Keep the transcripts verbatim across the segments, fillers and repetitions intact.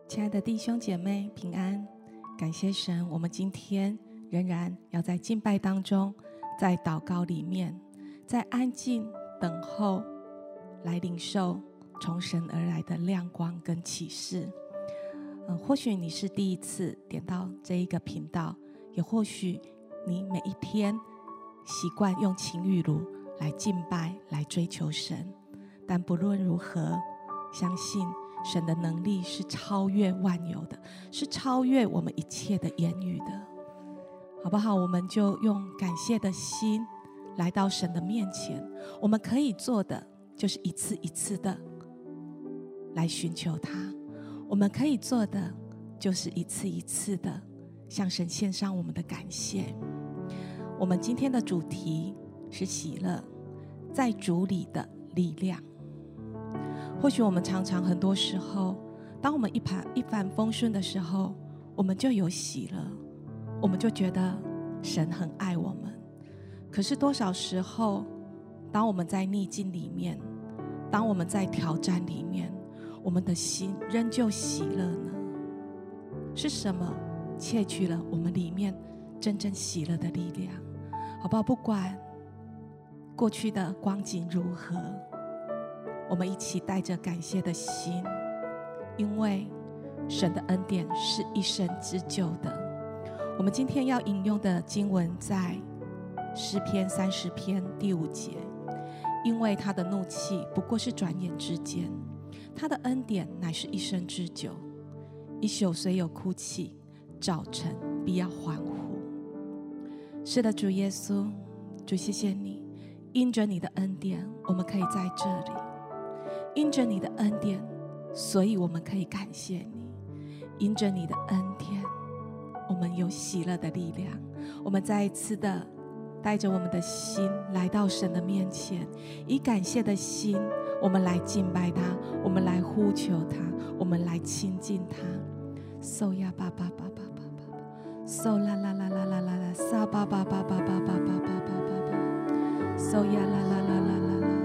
亲爱的弟兄姐妹平安，感谢神，我们今天仍然要在敬拜当中，在祷告里面，在安静等候来领受从神而来的亮光跟启示。嗯，或许你是第一次点到这一个频道，也或许你每一天习惯用情雨露来敬拜来追求神，但不论如何，相信神的能力是超越万有的，是超越我们一切的言语的，好不好？我们就用感谢的心来到神的面前，我们可以做的就是一次一次的来寻求他，我们可以做的就是一次一次的向神献上我们的感谢。我们今天的主题是喜乐，在主里的力量。或许我们常常很多时候，当我们一帆一帆风顺的时候，我们就有喜乐，我们就觉得神很爱我们。可是多少时候，当我们在逆境里面，当我们在挑战里面，我们的心仍旧喜乐呢？是什么窃取了我们里面真正喜乐的力量？好不好？不管过去的光景如何，我们一起带着感谢的心，因为神的恩典是一生之久的。我们今天要引用的经文在诗篇三十篇第五节，因为他的怒气不过是转眼之间，他的恩典乃是一生之久。一宿虽有哭泣，早晨必要欢呼。是的，主耶稣，主谢谢你，因着你的恩典，我们可以在这里。因着你的恩典，所以我们可以感谢你。因着你的恩典，我们有喜乐的力量。我们再一次的带着我们的心来到神的面前，以感谢的心，我们来敬拜他，我们来呼求他，我们来亲近他。So呀吧吧吧吧吧吧 ，So 啦啦啦啦啦啦啦 ，Sa 吧吧吧吧吧吧吧吧吧吧 ，So 呀啦啦啦啦啦啦。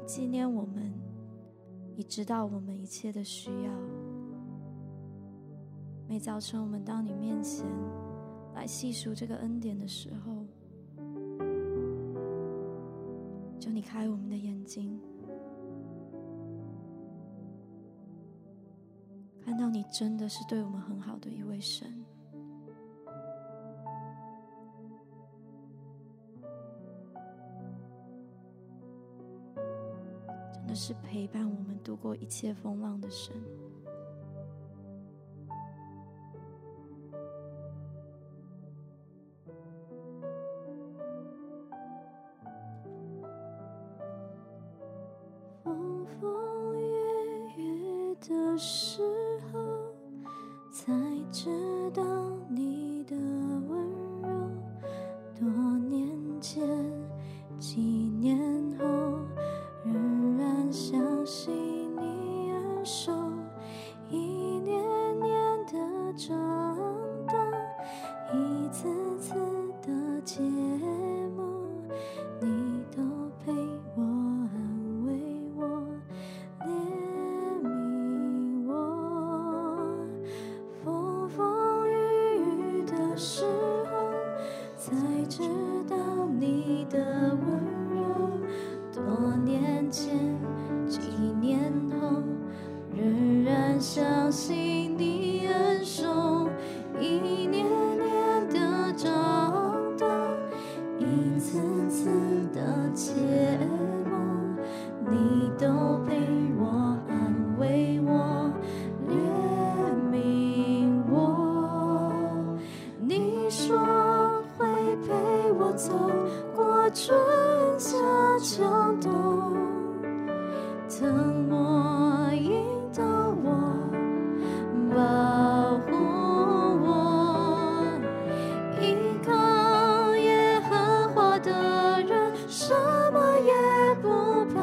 纪念我们，你知道我们一切的需要。每早晨我们到你面前来细数这个恩典的时候，求你开我们的眼睛，看到你真的是对我们很好的一位神。真的是陪伴我们度过一切风浪的神。风风雨雨的时候，才知道你的温柔。多年前，几年后，仍然相信你恩手，一年年的长大，一次次的结盟，你都陪我安慰我，怜悯我。风风雨雨的时候，才知道你的温柔。多年前，几年后，仍然相信你恩手，一年年的长大，一次次的结盟，你都陪我安慰我，怜悯我。你说会陪我走过春夏秋冬，疼我引导我，保护我。依靠耶和华的人，什么也不怕。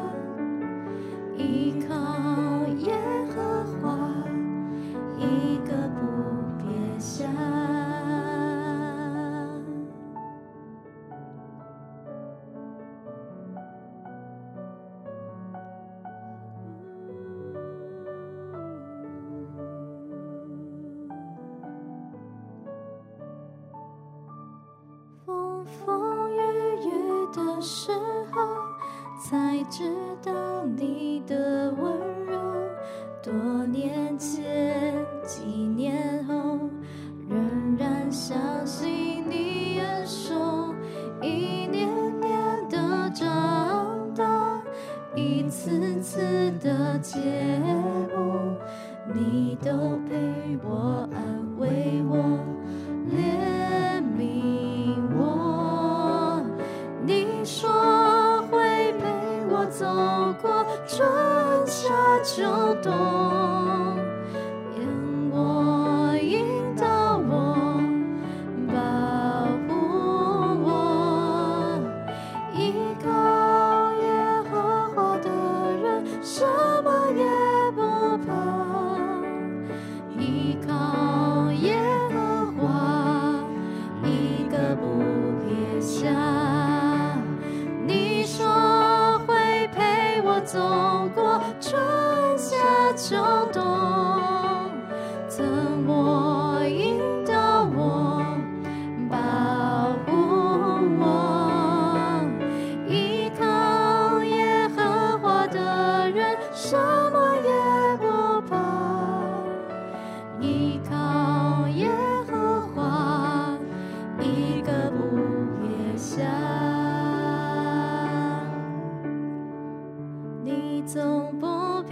依靠耶和华，一个不撇下。风风雨雨的时候，才知道你的温柔。多年前，几年后，仍然相信你恩手，一年年的长大，一次次的结盟，你都陪我安慰我，怜悯我。你说会陪我走过春夏秋冬，让我引导我，保护我。依靠耶和华的人，什么也不怕。依靠耶和华，一个不撇下。你说会陪我走过春夏秋冬，疼我引导我，保护我。依靠耶和华的人，什么也不怕。依靠耶和华，一个不撇下。你总不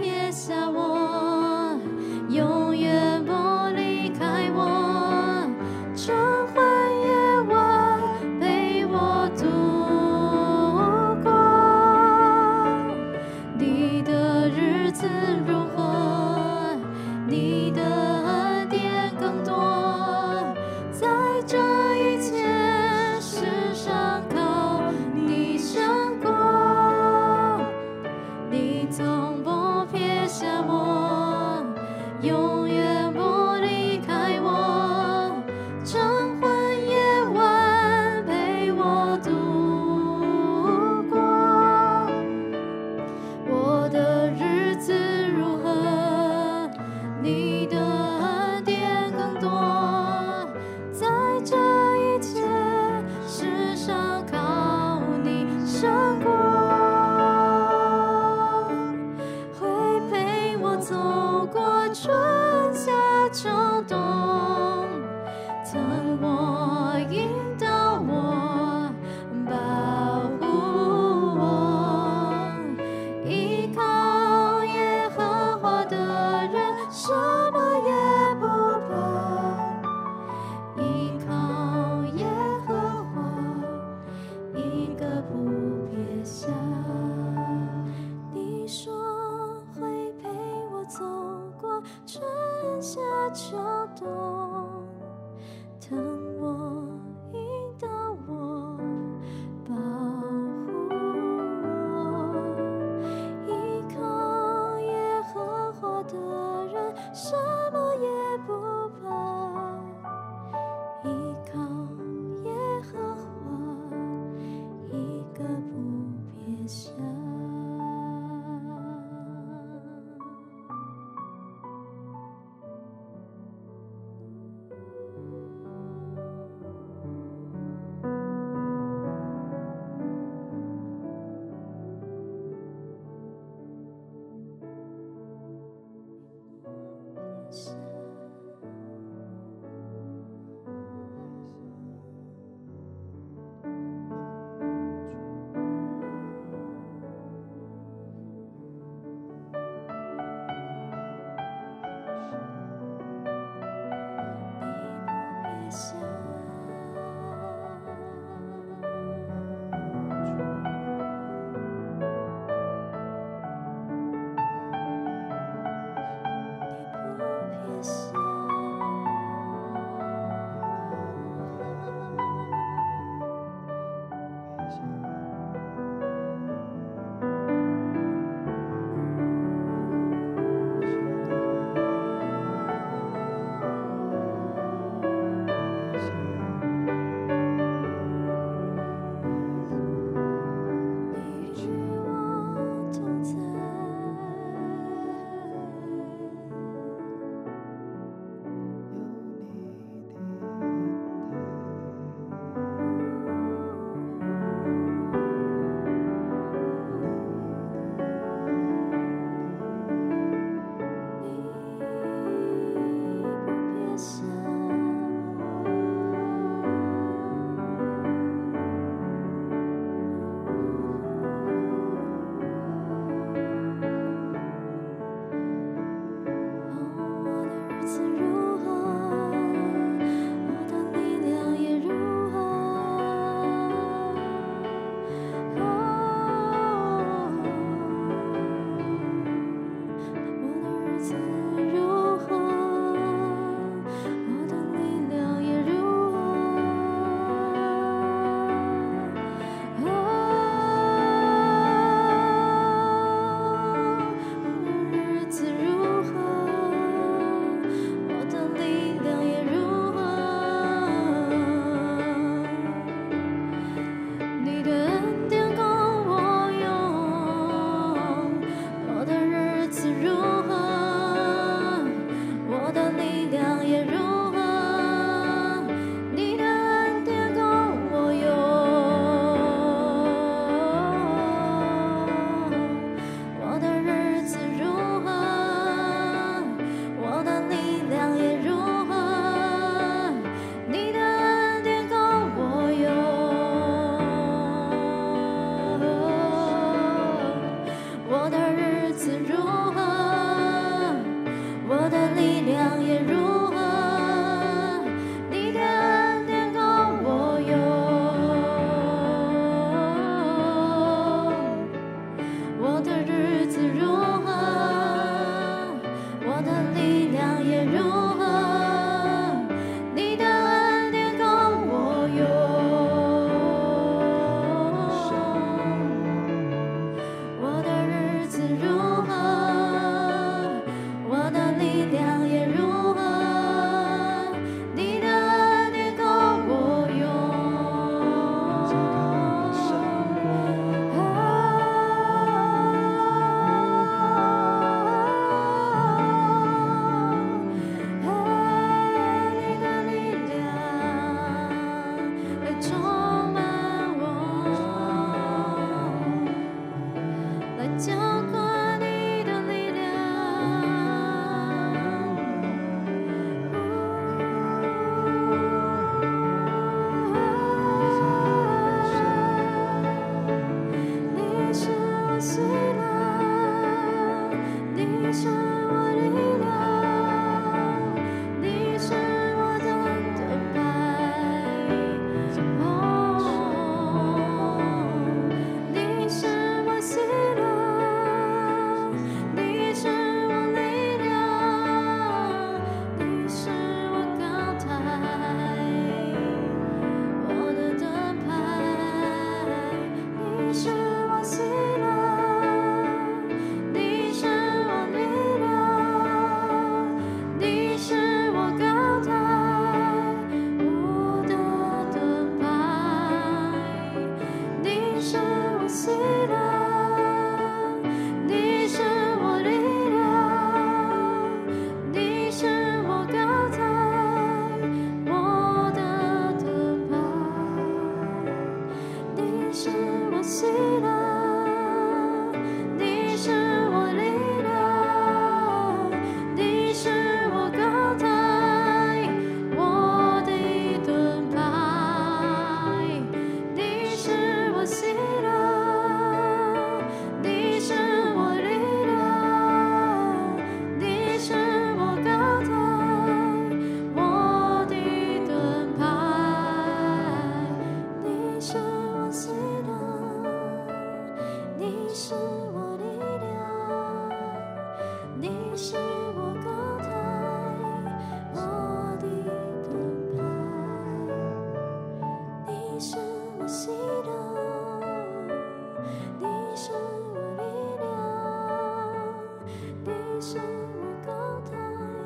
你是我喜乐，你是我力量，你是我高台，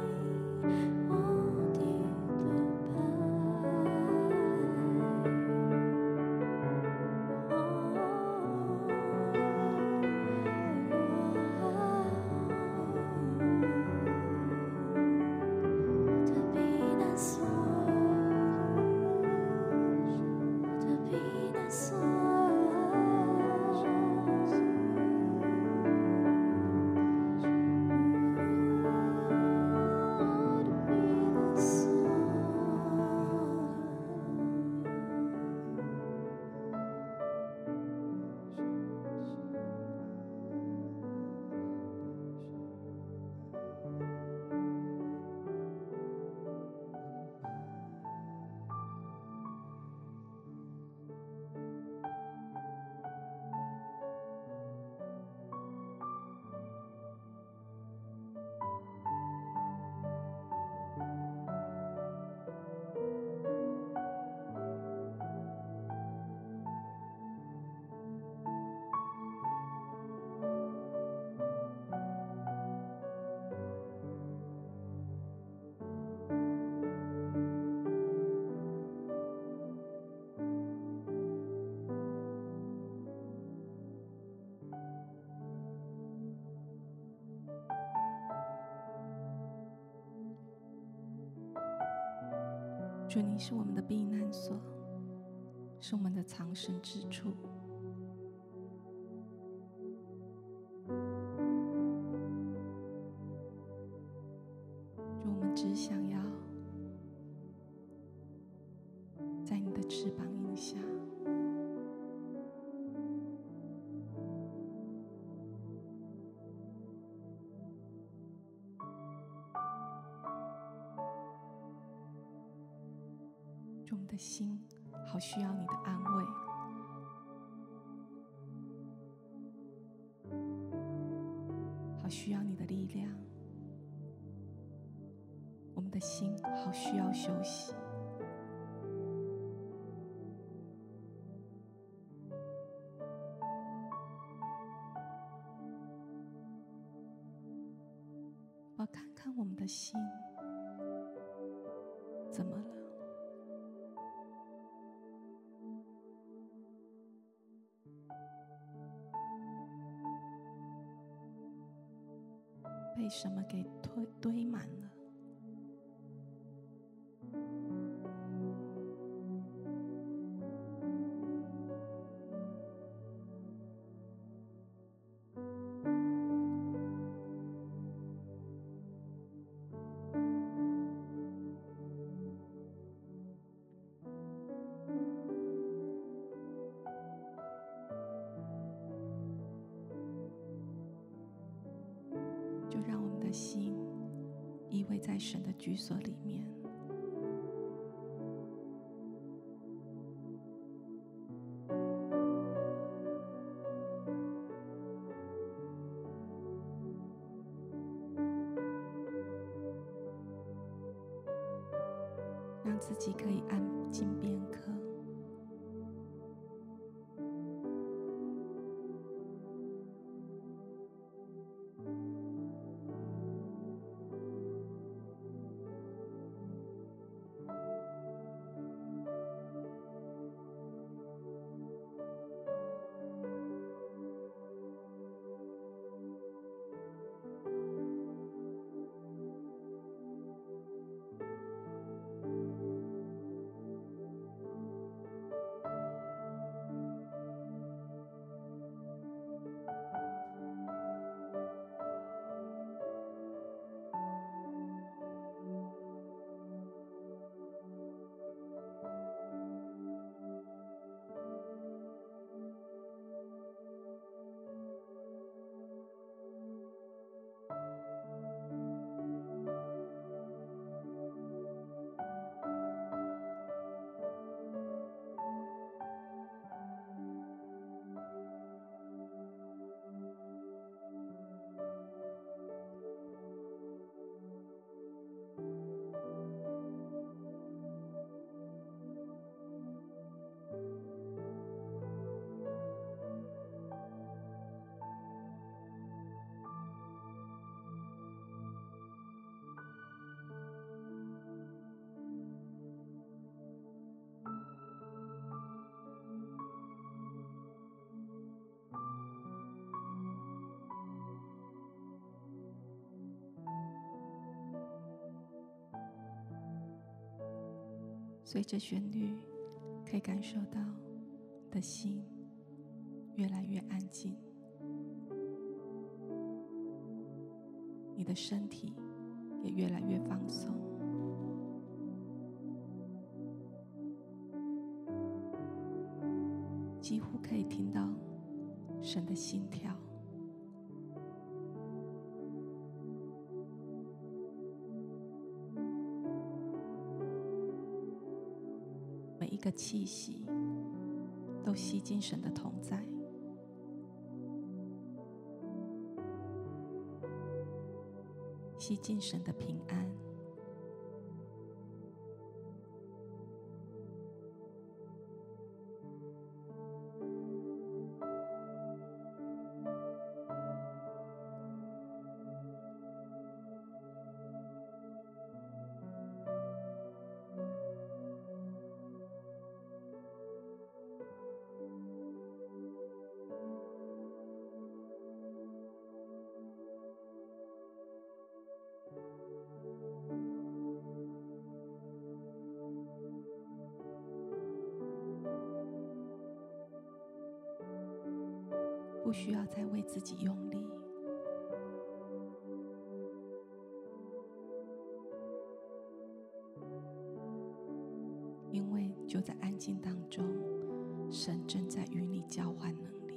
我的盾牌。的避难所，的避难所，我的避难所。 主，你是我们的避难所，是我们的藏身之处。主，我们只想要在你的翅膀荫下。主，我们的心好需要你的安慰，好需要你的力量。我们的心好需要休息。我要看看我们的心怎么了？被什么给堆堆满了？就让我们的心依偎在神的居所里面。让自己可以安静片刻。 随着旋律，可以感受到你的心越来越安静，你的身体也越来越放松，几乎可以听到神的心跳。每一个气息都吸进神的同在，吸进神的平安。不需要再为自己用力，因为就在安静当中，神正在与你交换能力。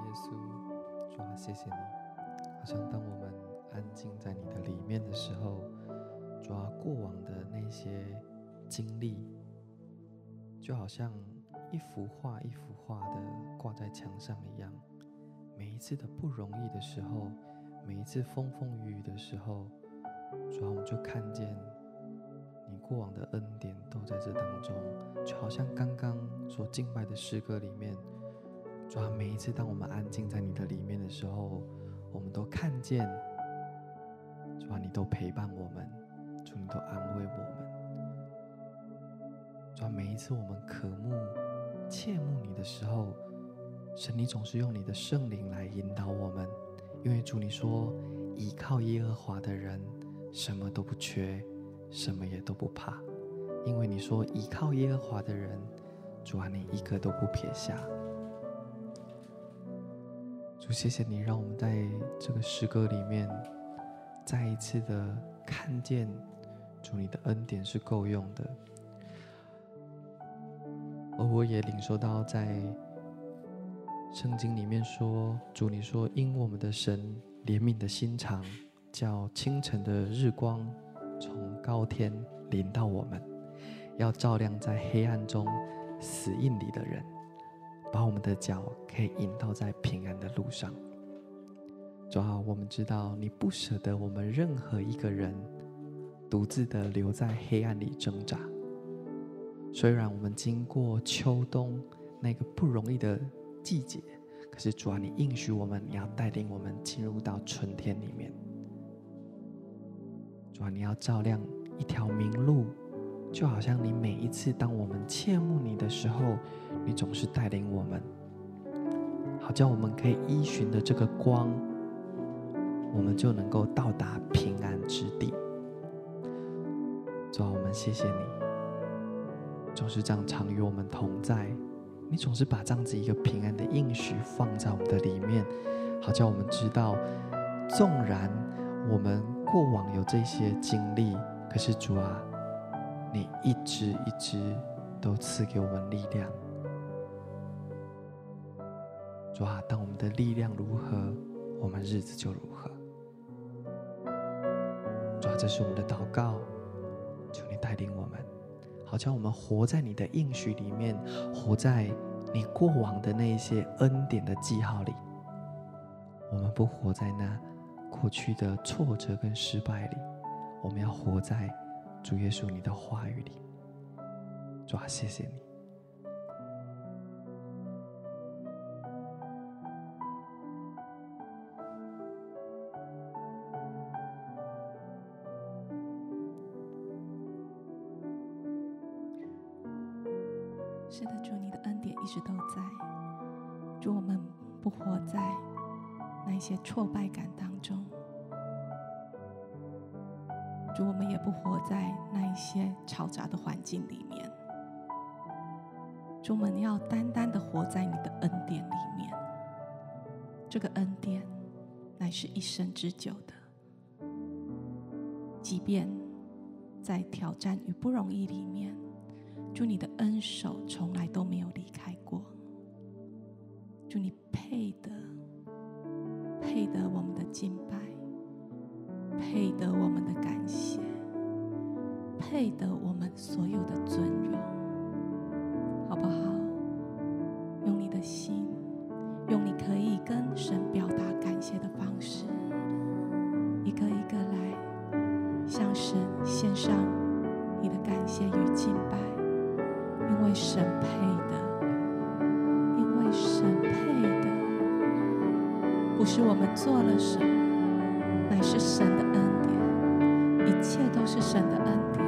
耶稣，主啊，谢谢你。好像当我们安静在你的里面的时候，主啊，过往的那些经历，就好像一幅画一幅画的挂在墙上一样。每一次的不容易的时候，每一次风风雨雨的时候，主啊，我们就看见你过往的恩典都在这当中。就好像刚刚所敬拜的诗歌里面，主啊，每一次当我们安静在你的里面的时候，我们都看见，主啊，你都陪伴我们，主，你都安慰我们。主啊，每一次我们渴慕切慕你的时候，神，你总是用你的圣灵来引导我们。因为主你说，倚靠耶和华的人什么都不缺，什么也都不怕。因为你说，倚靠耶和华的人，主啊，你一个都不撇下。主，谢谢你让我们在这个诗歌里面再一次的看见，主，你的恩典是够用的。而我也领受到在圣经里面说，主你说，因我们的神怜悯的心肠，叫清晨的日光从高天临到我们，要照亮在黑暗中死荫里的人，把我们的脚可以引导在平安的路上。主啊，我们知道你不舍得我们任何一个人独自的留在黑暗里挣扎。虽然我们经过秋冬那个不容易的季节，可是主啊，你应许我们，你要带领我们进入到春天里面。主啊，你要照亮一条明路，就好像你每一次当我们切慕你的时候，你总是带领我们，好叫我们可以依循的这个光，我们就能够到达平安之地。主啊，我们谢谢你，总是这样常与我们同在。你总是把这样子一个平安的应许放在我们的里面，好叫我们知道，纵然我们过往有这些经历，可是主啊，你一直一直都赐给我们力量。主啊，当我们的力量如何，我们日子就如何。主啊，这是我们的祷告，求你带领我们，好像我们活在你的应许里面，活在你过往的那一些恩典的记号里。我们不活在那过去的挫折跟失败里，我们要活在主耶稣你的话语里。主啊，谢谢你。 是的，主，你的恩典一直都在。主，我们不活在那一些挫败感当中。主，我们也不活在那一些嘈杂的环境里面。主，我们要单单的活在你的恩典里面。这个恩典乃是一生之久的，即便在挑战与不容易里面，主，你的恩手从来都没有离开过。主，你配得配得我们的敬拜，配得我们的感谢，配得我们所有的尊荣，好不好？用你的心，用你可以跟神表达感谢的方式，一个一个来向神献上你的感谢与敬拜。因为神配的，因为神配的，不是我们做了什么，乃是神的恩典，一切都是神的恩典。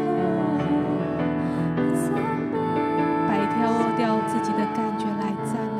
摆脱掉自己的感觉来赞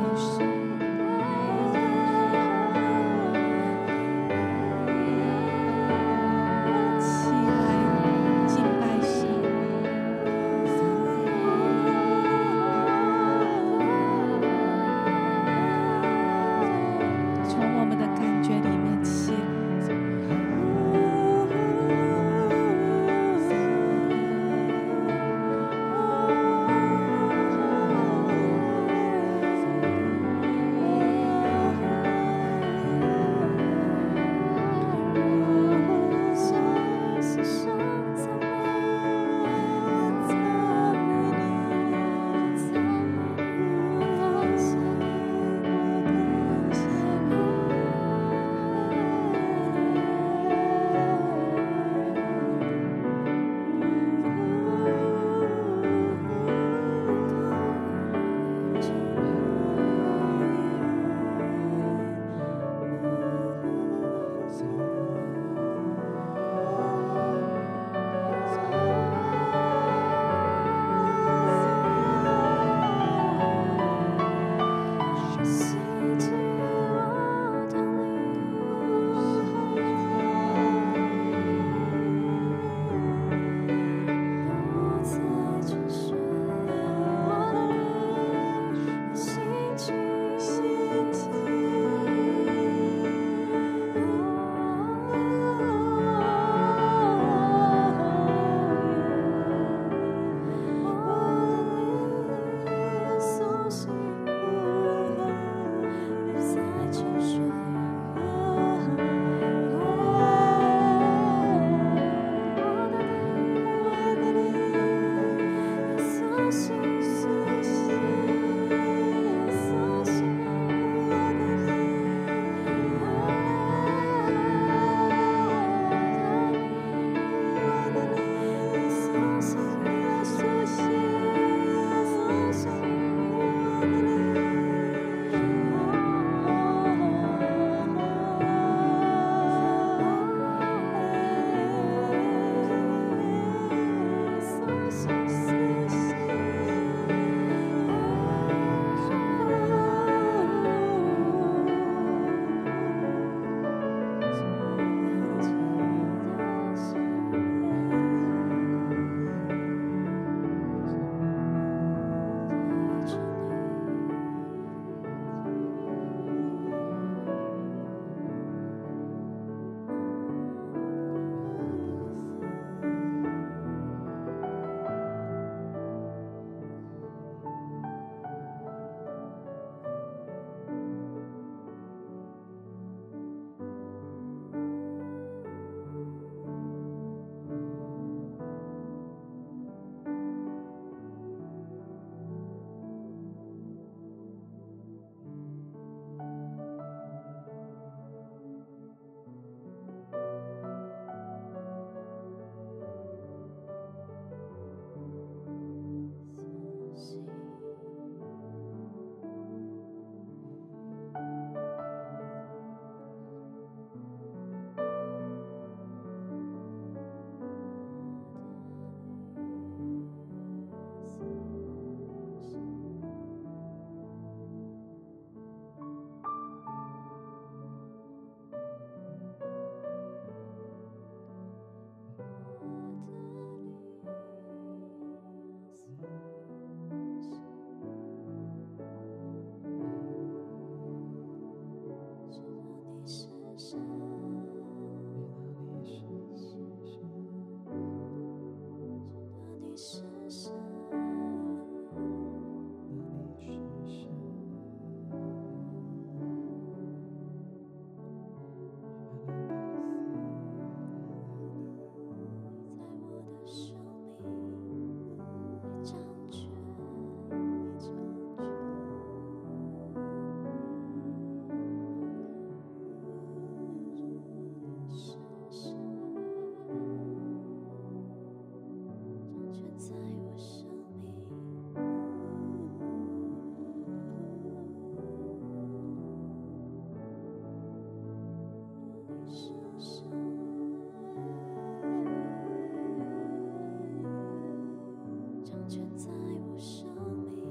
全在我生命。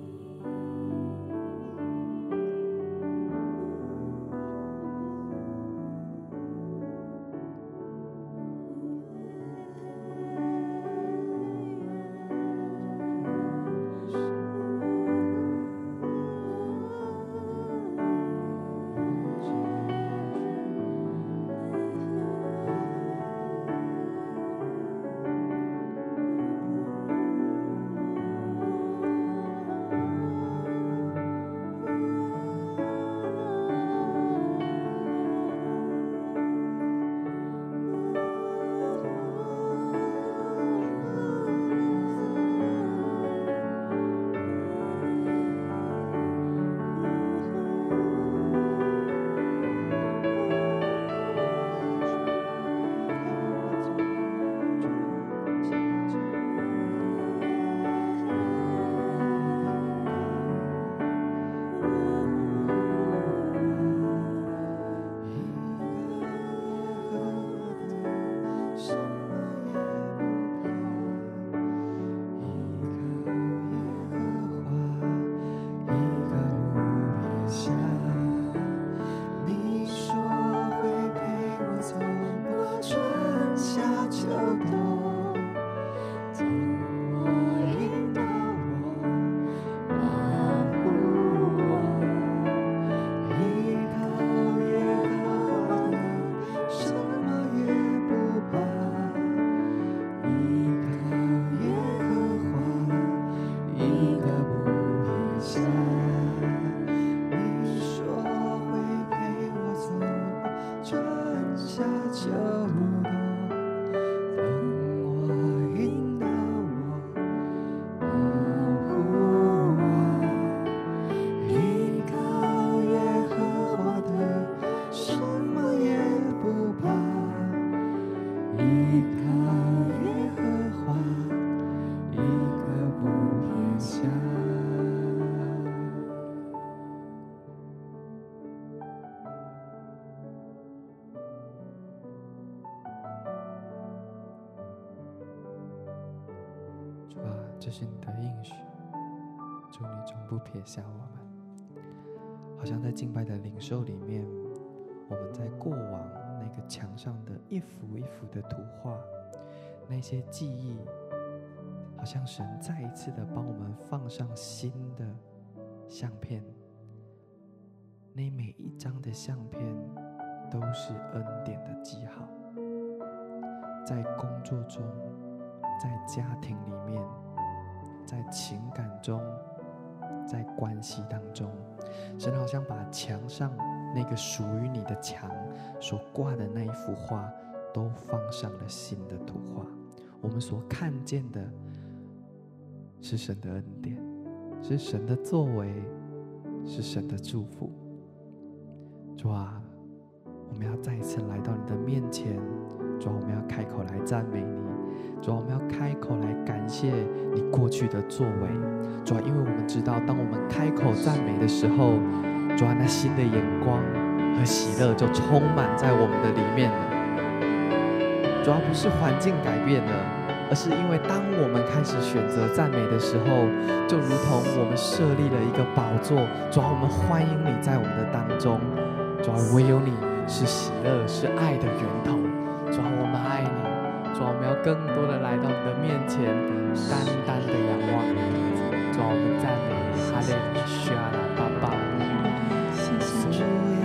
这是你的应许，主你从不撇下我们。好像在敬拜的领受里面，我们在过往那个墙上的一幅一幅的图画，那些记忆，好像神再一次的帮我们放上新的相片，那每一张的相片都是恩典的记号。在工作中，在家庭里面，在情感中，在关系当中，神好像把墙上那个属于你的墙所挂的那一幅画都放上了新的图画。我们所看见的是神的恩典，是神的作为，是神的祝福。主啊，我们要再一次来到你的面前，主啊，我们要开口来赞美你，主啊，我们要开口来感谢你过去的作为。主啊，因为我们知道当我们开口赞美的时候，主啊，那新的眼光和喜乐就充满在我们的里面了。主啊，不是环境改变了，而是因为当我们开始选择赞美的时候，就如同我们设立了一个宝座，主啊，我们欢迎你在我们的当中。主啊，唯有你是喜乐，是爱的源头。主啊，我们爱你。主啊，我们要更多的来到你的面前，单单的仰望你。主啊，我们赞美你，哈利路亚啦巴巴， 谢谢主。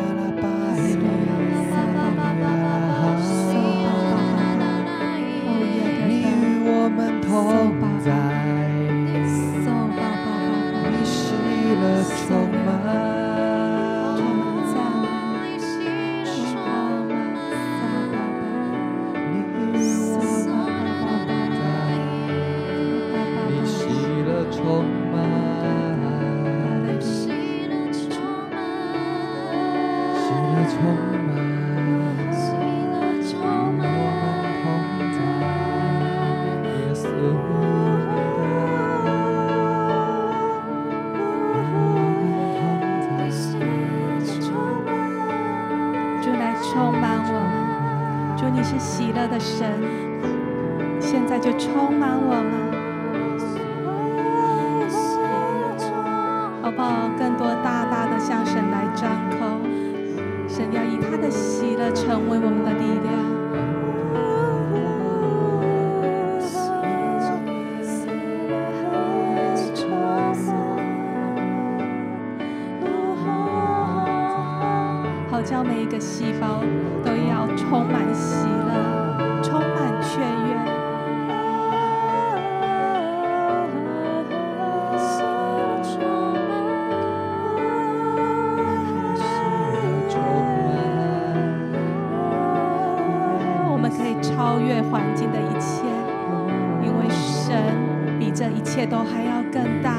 你与我们同在，你喜乐充满。 喜乐的神，现在就充满我们。 一个细胞都要充满喜乐，充满雀跃。我们可以超越环境的一切，因为神比这一切都还要更大。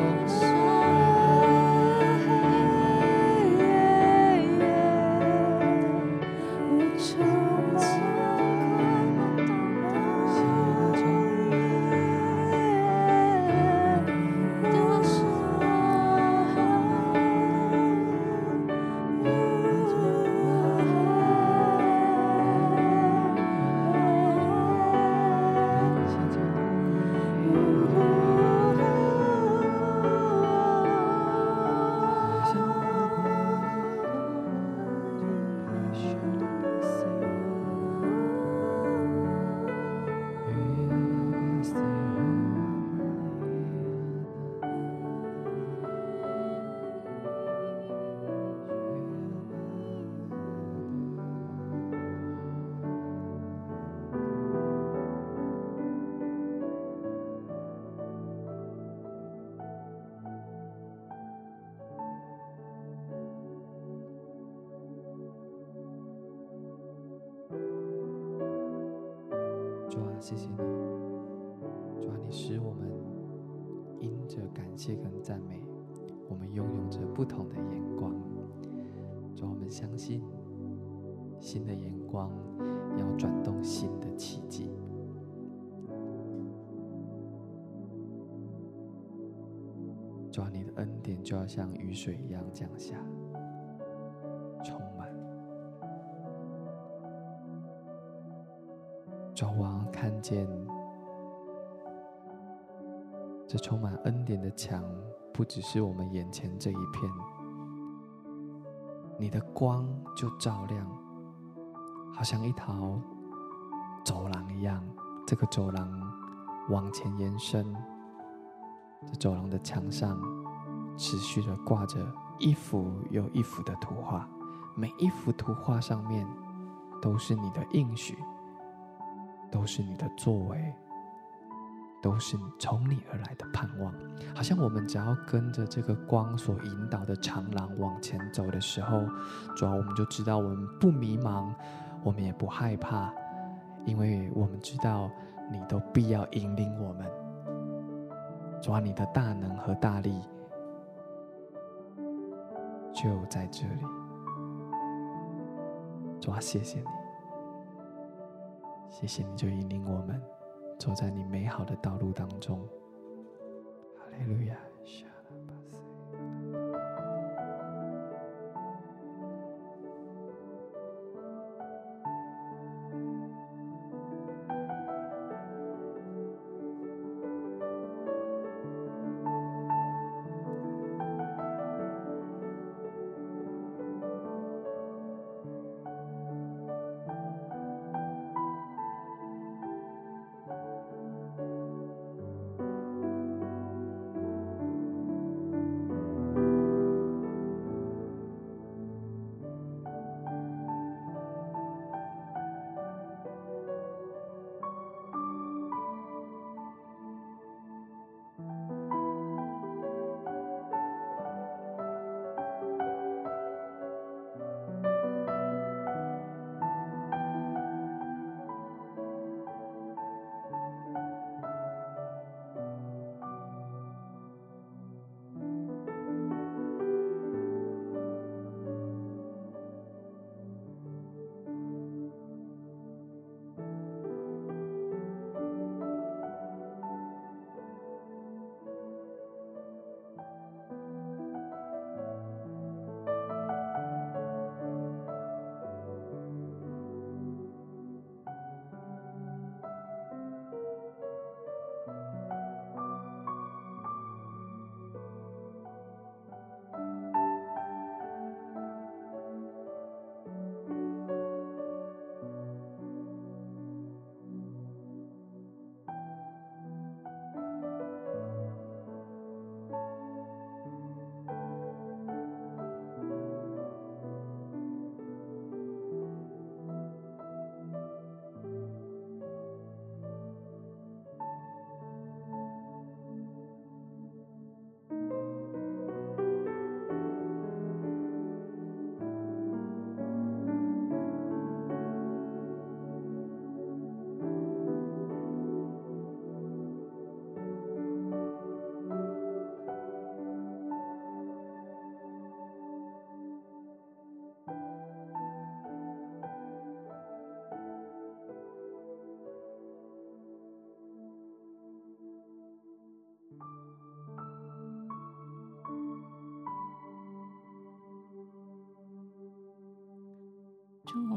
主啊，谢谢你，主啊，你使我们因着感谢跟赞美，我们拥有着不同的眼光。主啊，我们相信新的眼光要转动新的奇迹。主啊，你的恩典就要像雨水一样降下，充满。主啊，我看见这充满恩典的墙，不只是我们眼前这一片，你的光就照亮，好像一条走廊一样。这个走廊往前延伸，这走廊的墙上持续的挂着一幅又一幅的图画，每一幅图画上面都是你的应许，都是你的作为，都是从你而来的盼望。好像我们只要跟着这个光所引导的长廊往前走的时候，主啊，我们就知道我们不迷茫，我们也不害怕，因为我们知道你都必要引领我们。主啊，你的大能和大力就在这里。主啊，谢谢你，谢谢你就引领我们走在你美好的道路当中。哈利路亚。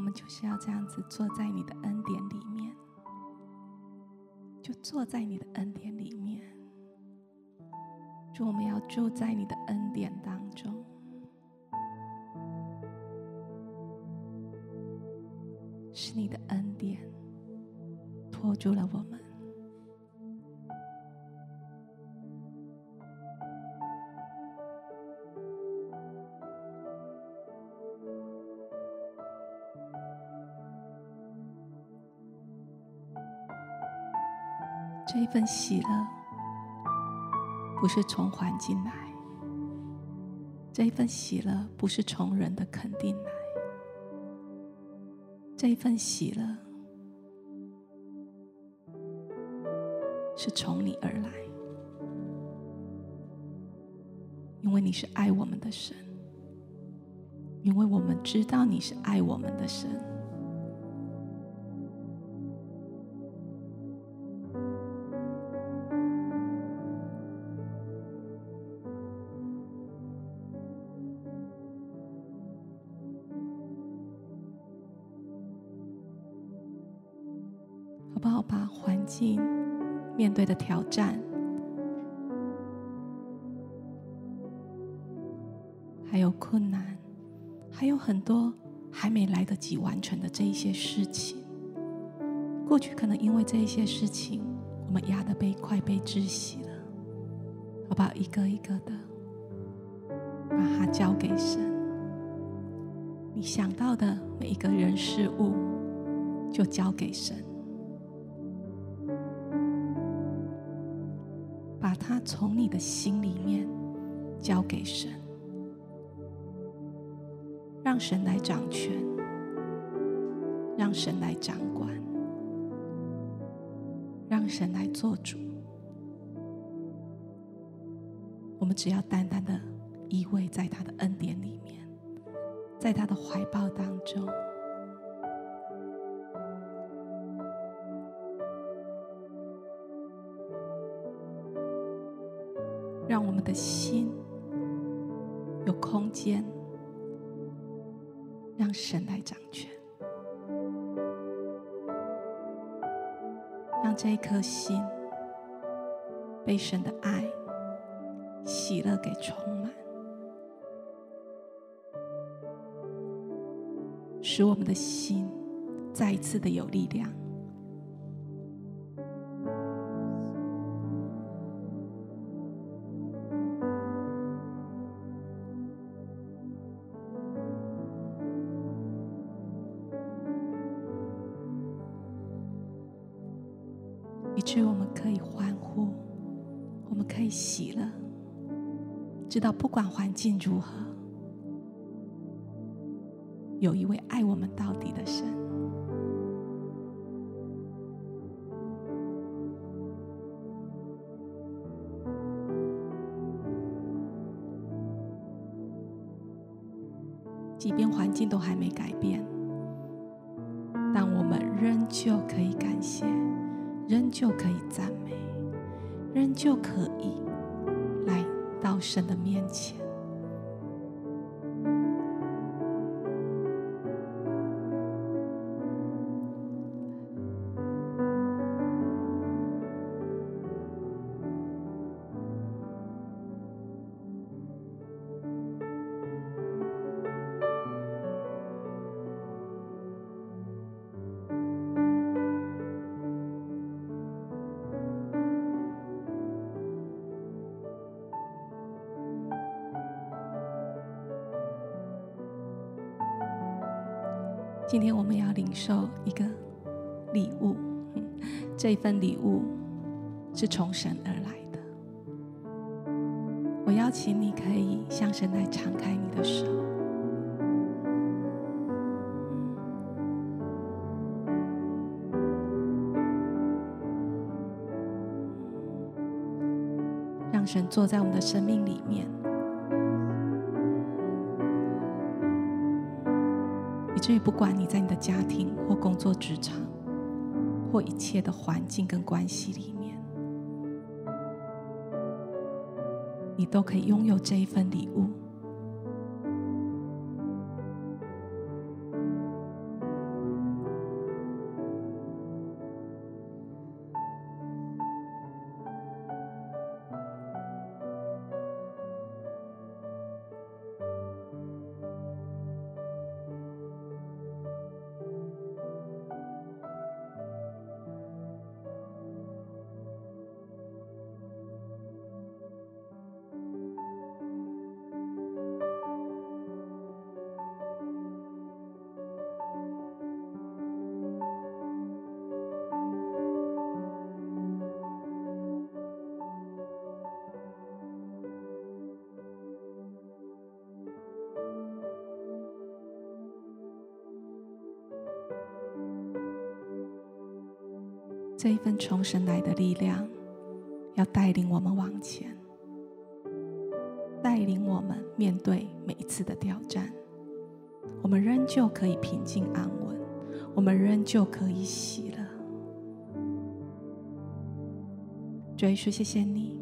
们就是要这样子坐在你的恩典里面，就坐在你的恩典里面。主，我们要住在你的恩典当中，是你的恩典托住了我们。这一份喜乐不是从环境来，这一份喜乐不是从人的肯定来，这一份喜乐是从你而来，因为你是爱我们的神，因为我们知道你是爱我们的神。好不好把环境面对的挑战，还有困难，还有很多还没来得及完成的这一些事情，过去可能因为这一些事情我们压得被快被窒息了，好不好一个一个的把它交给神。你想到的每一个人事物就交给神，把它从你的心里面交给神，让神来掌权，让神来掌管，让神来做主。我们只要单单的依偎在他的恩典里面，在他的怀抱当中，让我们的心有空间，让神来掌权，让这一颗心被神的爱、喜乐给充满，使我们的心再一次的有力量。以至于我们可以欢呼，我们可以喜乐，知道不管环境如何，有一位爱我们到底的神。即便环境都还没改变，但我们仍旧可以感谢，仍旧可以赞美，仍旧可以来到神的面前。今天我们要领受一个礼物，这一份礼物是从神而来的。我邀请你可以向神来敞开你的手，让神坐在我们的生命里面，以至于不管你在你的家庭或工作职场或一切的环境跟关系里面，你都可以拥有这一份礼物。 这一份从神来的力量，要带领我们往前，带领我们面对每一次的挑战，我们仍旧可以平静安稳，我们仍旧可以喜乐。主耶稣，谢谢你，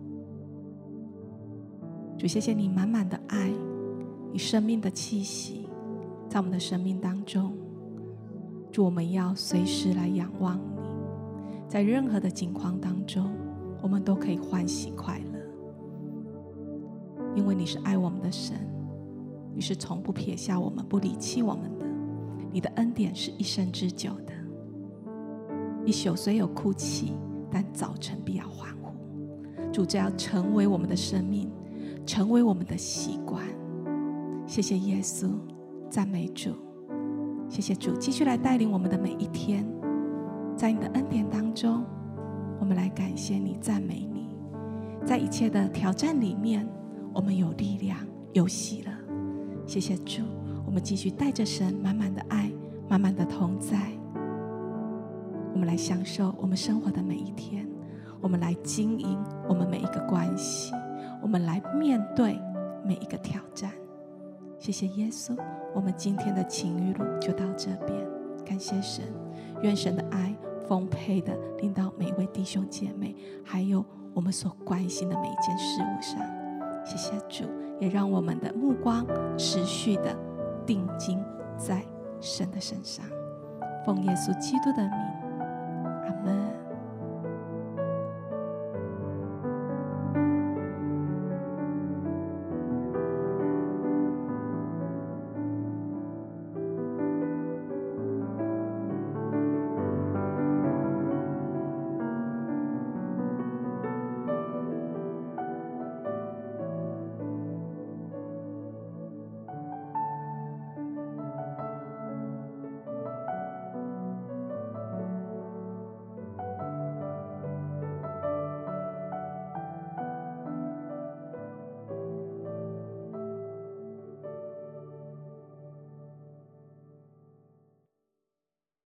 主，谢谢你满满的爱，你生命的气息在我们的生命当中。主，我们要随时来仰望你，在任何的境况当中，我们都可以欢喜快乐，因为你是爱我们的神，你是从不撇下我们，不离弃我们的，你的恩典是一生之久的。一宿虽有哭泣，但早晨必要欢呼。主，这要成为我们的生命，成为我们的习惯。谢谢耶稣，赞美主。谢谢主，继续来带领我们的每一天，在你的恩典当中，我们来感谢你，赞美你。在一切的挑战里面，我们有力量，有喜乐。谢谢主，我们继续带着神满满的爱，满满的同在，我们来享受我们生活的每一天，我们来经营我们每一个关系，我们来面对每一个挑战。谢谢耶稣，我们今天的情欲录就到这边，感谢神，愿神的爱丰沛的临到每一位弟兄姐妹，还有我们所关心的每一件事物上。谢谢主，也让我们的目光持续的定睛在神的身上。奉耶稣基督的名。